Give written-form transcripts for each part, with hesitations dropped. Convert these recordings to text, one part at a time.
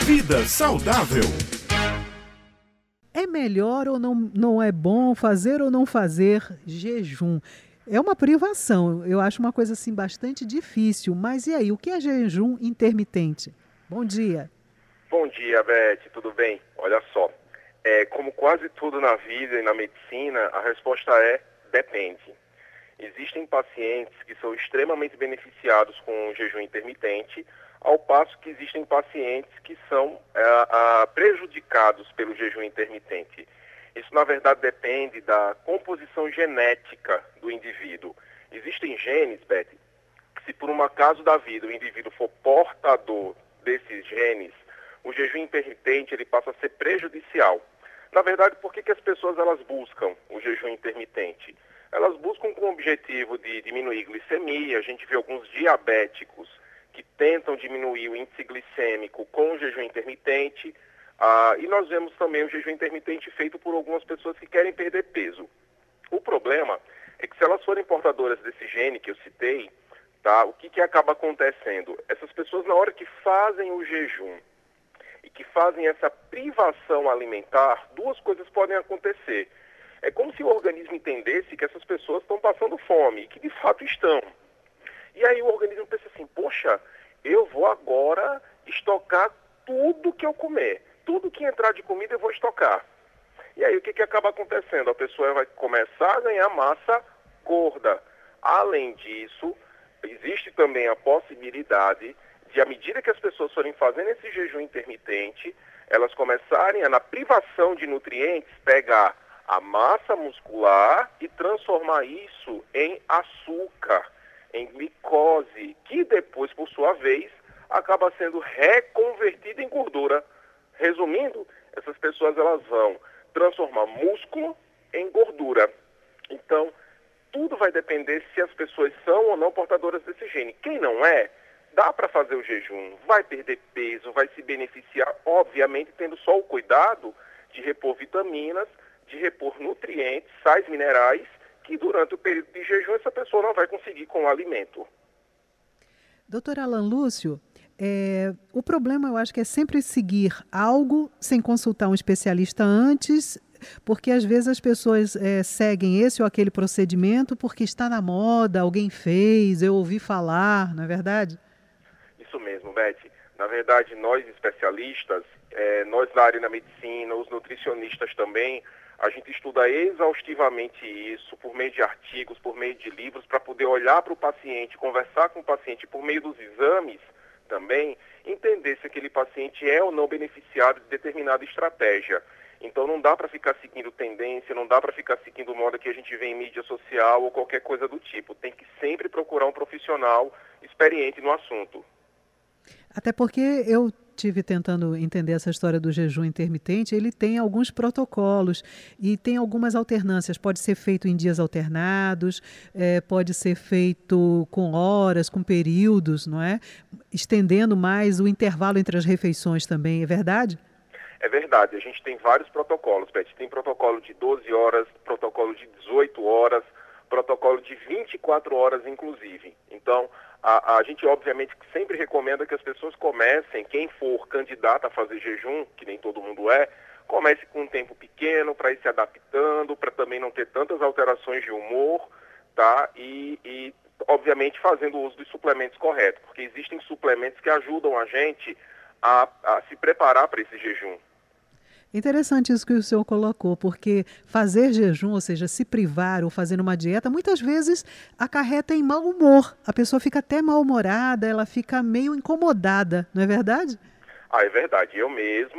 Vida saudável. É melhor ou não é bom fazer ou não fazer jejum? É uma privação, eu acho uma coisa assim bastante difícil. Mas e aí, o que é jejum intermitente? Bom dia. Bom dia, Beth, tudo bem? Olha só, como quase tudo na vida e na medicina, a resposta é depende. Existem pacientes que são extremamente beneficiados com o jejum intermitente, ao passo que existem pacientes que são prejudicados pelo jejum intermitente. Isso, na verdade, depende da composição genética do indivíduo. Existem genes, Beth, que se por um acaso da vida o indivíduo for portador desses genes, o jejum intermitente ele passa a ser prejudicial. Na verdade, por que as pessoas elas buscam o jejum intermitente? Elas buscam com o objetivo de diminuir glicemia. A gente vê alguns diabéticos que tentam diminuir o índice glicêmico com o jejum intermitente. E nós vemos também o jejum intermitente feito por algumas pessoas que querem perder peso. O problema é que se elas forem portadoras desse gene que eu citei, tá, o que acaba acontecendo? Essas pessoas, na hora que fazem o jejum e que fazem essa privação alimentar, duas coisas podem acontecer. É como se o organismo entendesse que essas pessoas estão passando fome, e que de fato estão. E aí o organismo pensa assim, poxa, eu vou agora estocar tudo que eu comer. Tudo que entrar de comida eu vou estocar. E aí o que acaba acontecendo? A pessoa vai começar a ganhar massa gorda. Além disso, existe também a possibilidade de, à medida que as pessoas forem fazendo esse jejum intermitente, elas começarem a, na privação de nutrientes, pegar a massa muscular e transformar isso em açúcar, em glicose, que depois, por sua vez, acaba sendo reconvertida em gordura. Resumindo, essas pessoas elas vão transformar músculo em gordura. Então, tudo vai depender se as pessoas são ou não portadoras desse gene. Quem não é, dá para fazer o jejum, vai perder peso, vai se beneficiar, obviamente tendo só o cuidado de repor vitaminas, de repor nutrientes, sais minerais, que durante o período de jejum essa pessoa não vai conseguir com o alimento. Doutor Alan Lúcio, o problema eu acho que é sempre seguir algo sem consultar um especialista antes, porque às vezes as pessoas seguem esse ou aquele procedimento porque está na moda, alguém fez, eu ouvi falar, não é verdade? Isso mesmo, Beth. Na verdade, nós especialistas, nós da área da medicina, os nutricionistas também, a gente estuda exaustivamente isso por meio de artigos, por meio de livros, para poder olhar para o paciente, conversar com o paciente por meio dos exames também, entender se aquele paciente é ou não beneficiado de determinada estratégia. Então não dá para ficar seguindo tendência, não dá para ficar seguindo moda que a gente vê em mídia social ou qualquer coisa do tipo. Tem que sempre procurar um profissional experiente no assunto. Até porque eu tive tentando entender essa história do jejum intermitente, ele tem alguns protocolos e tem algumas alternâncias. Pode ser feito em dias alternados, pode ser feito com horas, com períodos, não é? Estendendo mais o intervalo entre as refeições também, é verdade? É verdade, a gente tem vários protocolos, Beth. Tem protocolo de 12 horas, protocolo de 18 horas, protocolo de 24 horas, inclusive. Então, a gente obviamente sempre recomenda que as pessoas comecem, quem for candidato a fazer jejum, que nem todo mundo comece com um tempo pequeno para ir se adaptando, para também não ter tantas alterações de humor, tá? E obviamente fazendo uso dos suplementos corretos, porque existem suplementos que ajudam a gente a se preparar para esse jejum. Interessante isso que o senhor colocou, porque fazer jejum, ou seja, se privar ou fazer uma dieta, muitas vezes acarreta em mau humor. A pessoa fica até mal-humorada, ela fica meio incomodada, não é verdade? É verdade. Eu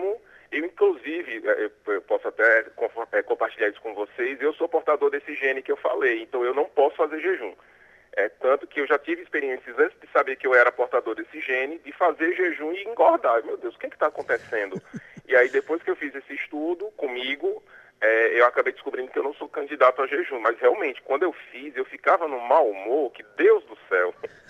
inclusive, eu posso até compartilhar isso com vocês, eu sou portador desse gene que eu falei, então eu não posso fazer jejum. Tanto que eu já tive experiências antes de saber que eu era portador desse gene, de fazer jejum e engordar. Meu Deus, o que está acontecendo? E aí, depois que eu fiz esse estudo comigo, eu acabei descobrindo que eu não sou candidato a jejum. Mas realmente, quando eu fiz, eu ficava num mau humor, que Deus do céu.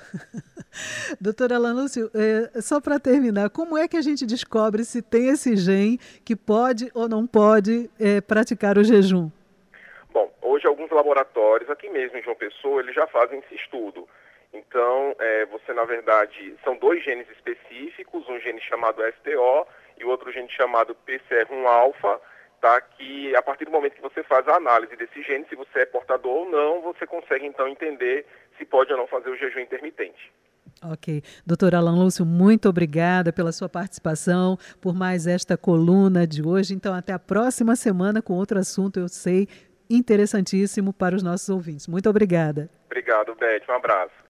Doutora Alan Lúcio, só para terminar, como é que a gente descobre se tem esse gene que pode ou não pode praticar o jejum? Bom, hoje alguns laboratórios, aqui mesmo em João Pessoa, eles já fazem esse estudo. Então, você, na verdade, são dois genes específicos, um gene chamado STO e o outro gene chamado PCR1-alfa, tá? Que a partir do momento que você faz a análise desse gene, se você é portador ou não, você consegue então entender se pode ou não fazer o jejum intermitente. Ok. Doutor Alan Lúcio, muito obrigada pela sua participação, por mais esta coluna de hoje. Então, até a próxima semana com outro assunto, eu sei, interessantíssimo para os nossos ouvintes. Muito obrigada. Obrigado, Beth. Um abraço.